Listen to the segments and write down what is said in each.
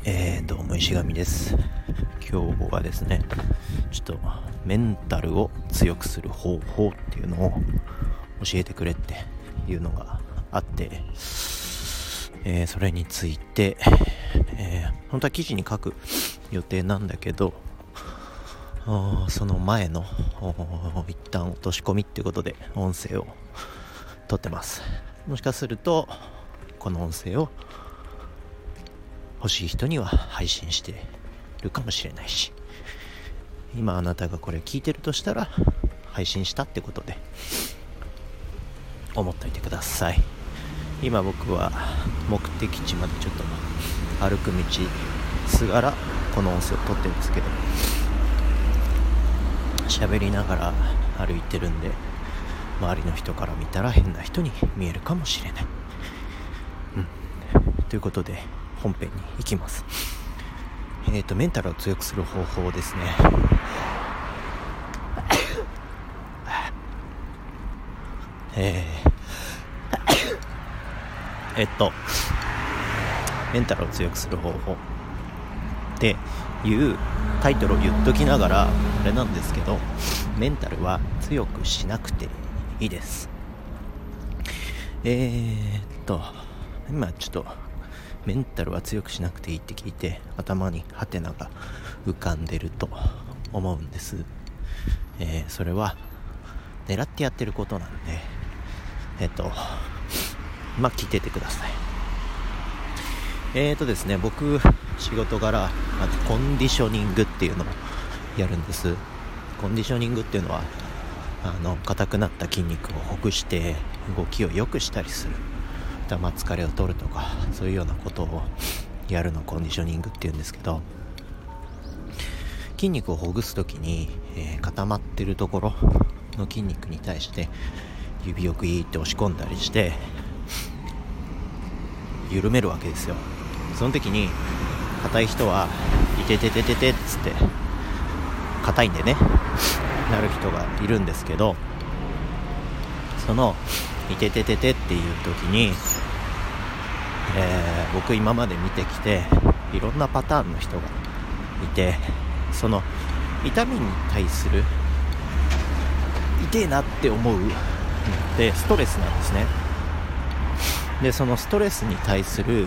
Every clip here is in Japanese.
どうも石上です。今日はですね、ちょっとメンタルを強くする方法っていうのを教えてくれっていうのがあって、それについて、本当は記事に書く予定なんだけど、その前の一旦落とし込みってことで音声を撮ってます。もしかするとこの音声を欲しい人には配信してるかもしれないし、今あなたがこれ聞いてるとしたら配信したってことで思っておいてください。今僕は目的地までちょっと歩く道すがらこの音声を撮ってるんですけど、喋りながら歩いてるんで、周りの人から見たら変な人に見えるかもしれない、ということで本編に行きます。メンタルを強くする方法ですね。メンタルを強くする方法っていうタイトルを言っときながらあれなんですけど、メンタルは強くしなくていいです。今ちょっとメンタルは強くしなくていいって聞いて頭にハテナが浮かんでると思うんです。それは狙ってやってることなんで、聞いててください。ですね、僕仕事柄コンディショニングっていうのをやるんです。コンディショニングっていうのは硬くなった筋肉をほぐして動きを良くしたりする、疲れを取るとかそういうようなことをやるのをコンディショニングっていうんですけど、筋肉をほぐすときに、固まってるところの筋肉に対して指をグイーって押し込んだりして緩めるわけですよ。その時に硬い人はいてててててっつって硬いんでねなる人がいるんですけど、そのいててててっていう時に、僕今まで見てきていろんなパターンの人がいて、その痛みに対する痛えなって思うのってストレスなんですね。でそのストレスに対する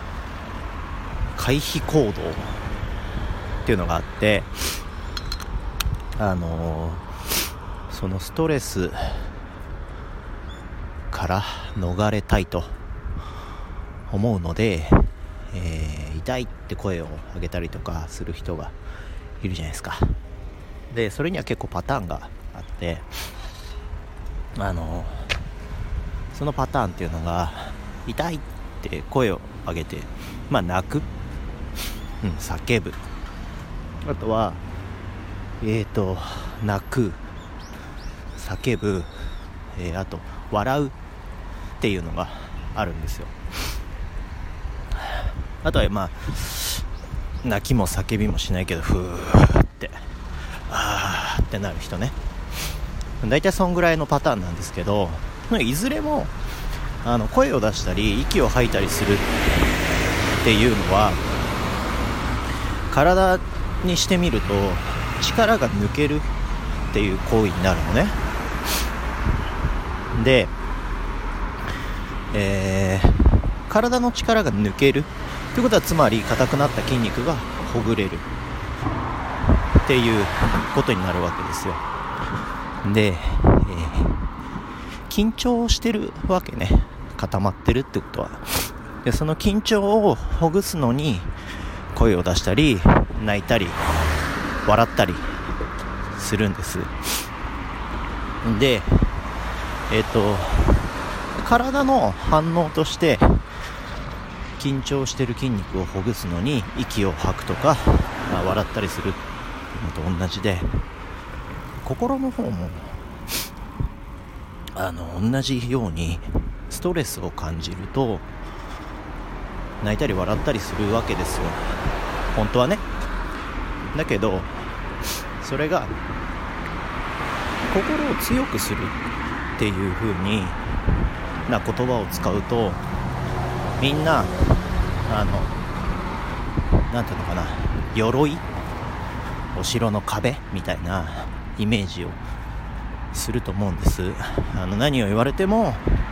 回避行動っていうのがあって、そのストレスから逃れたいと思うので、痛いって声を上げたりとかする人がいるじゃないですか。でそれには結構パターンがあって、そのパターンっていうのが痛いって声を上げて、泣く、叫ぶ、あとは泣く、叫ぶ、あと笑うっていうのがあるんですよ。あとは泣きも叫びもしないけどふーってあーってなる人ね。だいたいそんぐらいのパターンなんですけど、いずれも声を出したり息を吐いたりするっていうのは体にしてみると力が抜けるっていう行為になるのね。で、体の力が抜けるということは、つまり硬くなった筋肉がほぐれるっていうことになるわけですよ。で、緊張してるわけね、固まってるってことは。でその緊張をほぐすのに声を出したり泣いたり笑ったりするんです。で体の反応として緊張してる筋肉をほぐすのに息を吐くとか、笑ったりするのと同じで、心の方も同じようにストレスを感じると泣いたり笑ったりするわけですよ、本当はね。だけどそれが心を強くするっていう風にな言葉を使うと、みんななんていうのかな、鎧、お城の壁みたいなイメージをすると思うんです。何を言われても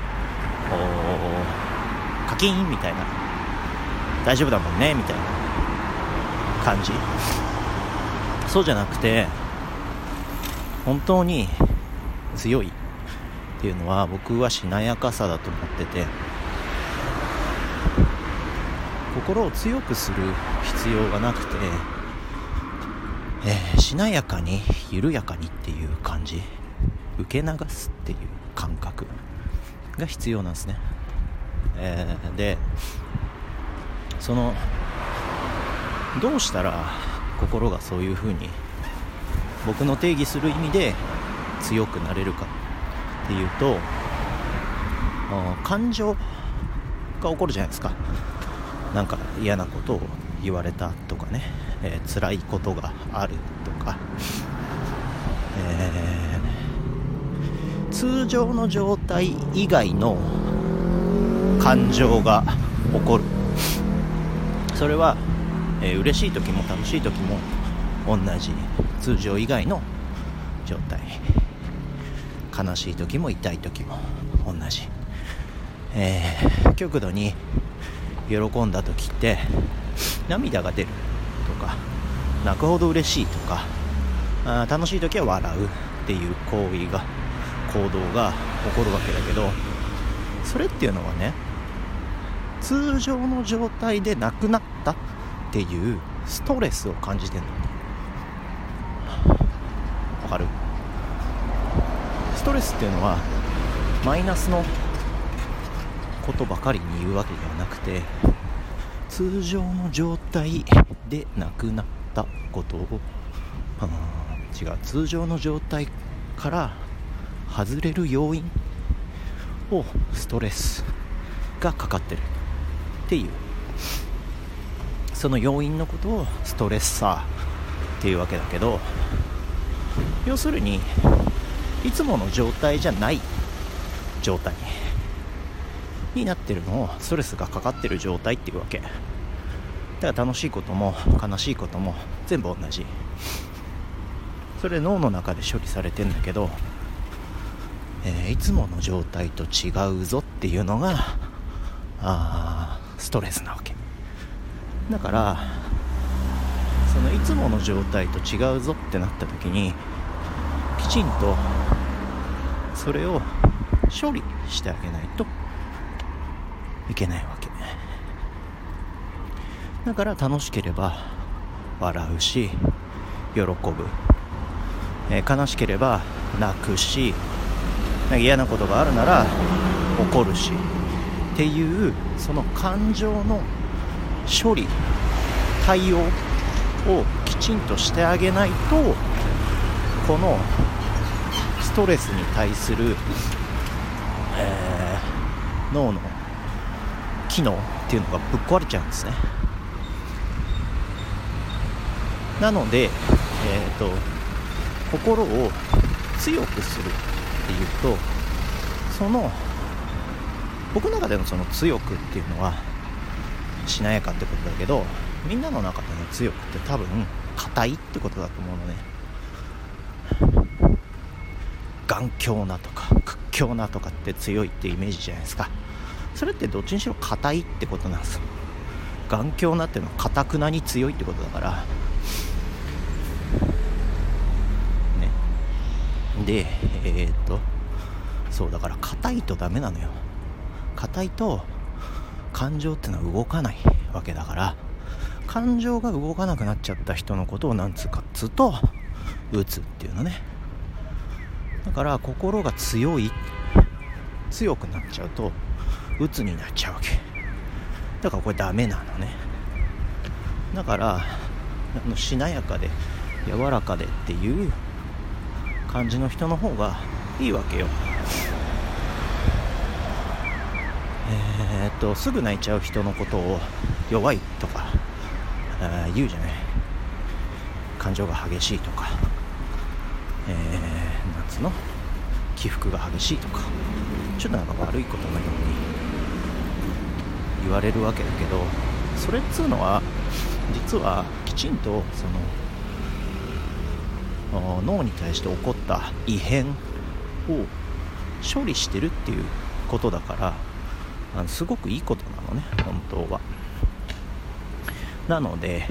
カキーンみたいな、大丈夫だもんねみたいな感じ。そうじゃなくて、本当に強いっていうのは僕はしなやかさだと思ってて、心を強くする必要がなくて、しなやかに緩やかにっていう感じ、受け流すっていう感覚が必要なんですね。で、どうしたら心がそういう風に僕の定義する意味で強くなれるかっていうと、感情が起こるじゃないですか。なんか嫌なことを言われたとかね、辛いことがあるとか、通常の状態以外の感情が起こる。それは、嬉しい時も楽しい時も同じ、通常以外の状態。悲しい時も痛い時も同じ。極度に喜んだ時って涙が出るとか、泣くほど嬉しいとか、楽しい時は笑うっていう行動が起こるわけだけど、それっていうのはね、通常の状態でなくなったっていうストレスを感じてるの。わかる？ストレスっていうのはマイナスのことばかりに言うわけではなくて、通常の状態でなくなったことを、通常の状態から外れる要因をストレスがかかってるっていう、その要因のことをストレッサーっていうわけだけど、要するにいつもの状態じゃない状態になってるのをストレスがかかってる状態っていうわけだから、楽しいことも悲しいことも全部同じ。それ脳の中で処理されてんだけど、いつもの状態と違うぞっていうのがストレスなわけだから、そのいつもの状態と違うぞってなった時にきちんとそれを処理してあげないといけないわけだから、楽しければ笑うし喜ぶ、悲しければ泣くし、嫌なことがあるなら怒るしっていう、その感情の処理対応をきちんとしてあげないと、このストレスに対する、脳の機能っていうのがぶっ壊れちゃうんですね。なので、心を強くするっていうと、僕の中でのその強くっていうのはしなやかってことだけど、みんなの中での強くって多分硬いってことだと思うのね。頑強なとか屈強なとかって強いってイメージじゃないですか。それってどっちにしろ硬いってことなんですよ。頑強なっていうのは堅くなに強いってことだからね。でそうだから、硬いとダメなのよ。硬いと感情ってのは動かないわけだから、感情が動かなくなっちゃった人のことをなんつうかっつうと鬱っていうのね。だから心が強くなっちゃうと鬱になっちゃうわけだから、これダメなのね。だからしなやかで柔らかでっていう感じの人の方がいいわけよ。すぐ泣いちゃう人のことを弱いとか言うじゃない。感情が激しいとか、なんつうの、起伏が激しいとか、ちょっとなんか悪いことのように言われるわけだけど、それっつうのは実はきちんとその脳に対して起こった異変を処理してるっていうことだから、すごくいいことなのね、本当は。なので、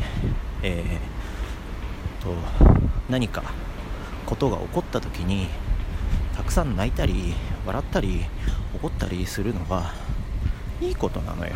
何かことが起こった時にたくさん泣いたり笑ったり怒ったりするのはいいことなのよ。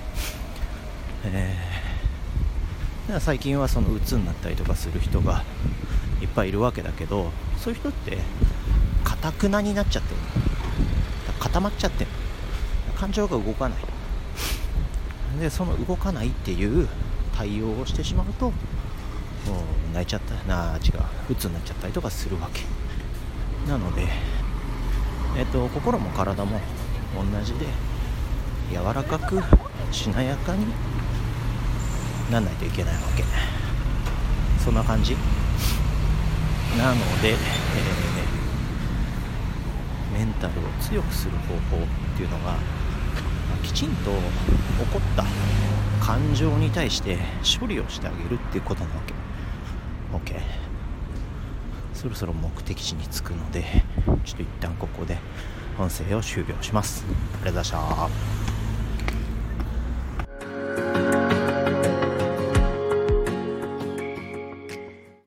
最近はその鬱になったりとかする人がいっぱいいるわけだけど、そういう人って堅くなになっちゃってる、固まっちゃってる、感情が動かないで、その動かないっていう対応をしてしまうと泣いちゃった鬱になっちゃったりとかするわけなので、心も体も同じで柔らかくしなやかになんないといけないわけ。そんな感じなので、メンタルを強くする方法っていうのが、きちんと起こった感情に対して処理をしてあげるっていうことなわけ。 OK、 そろそろ目的地に着くので、ちょっと一旦ここで音声を終了します。ありがとうございました。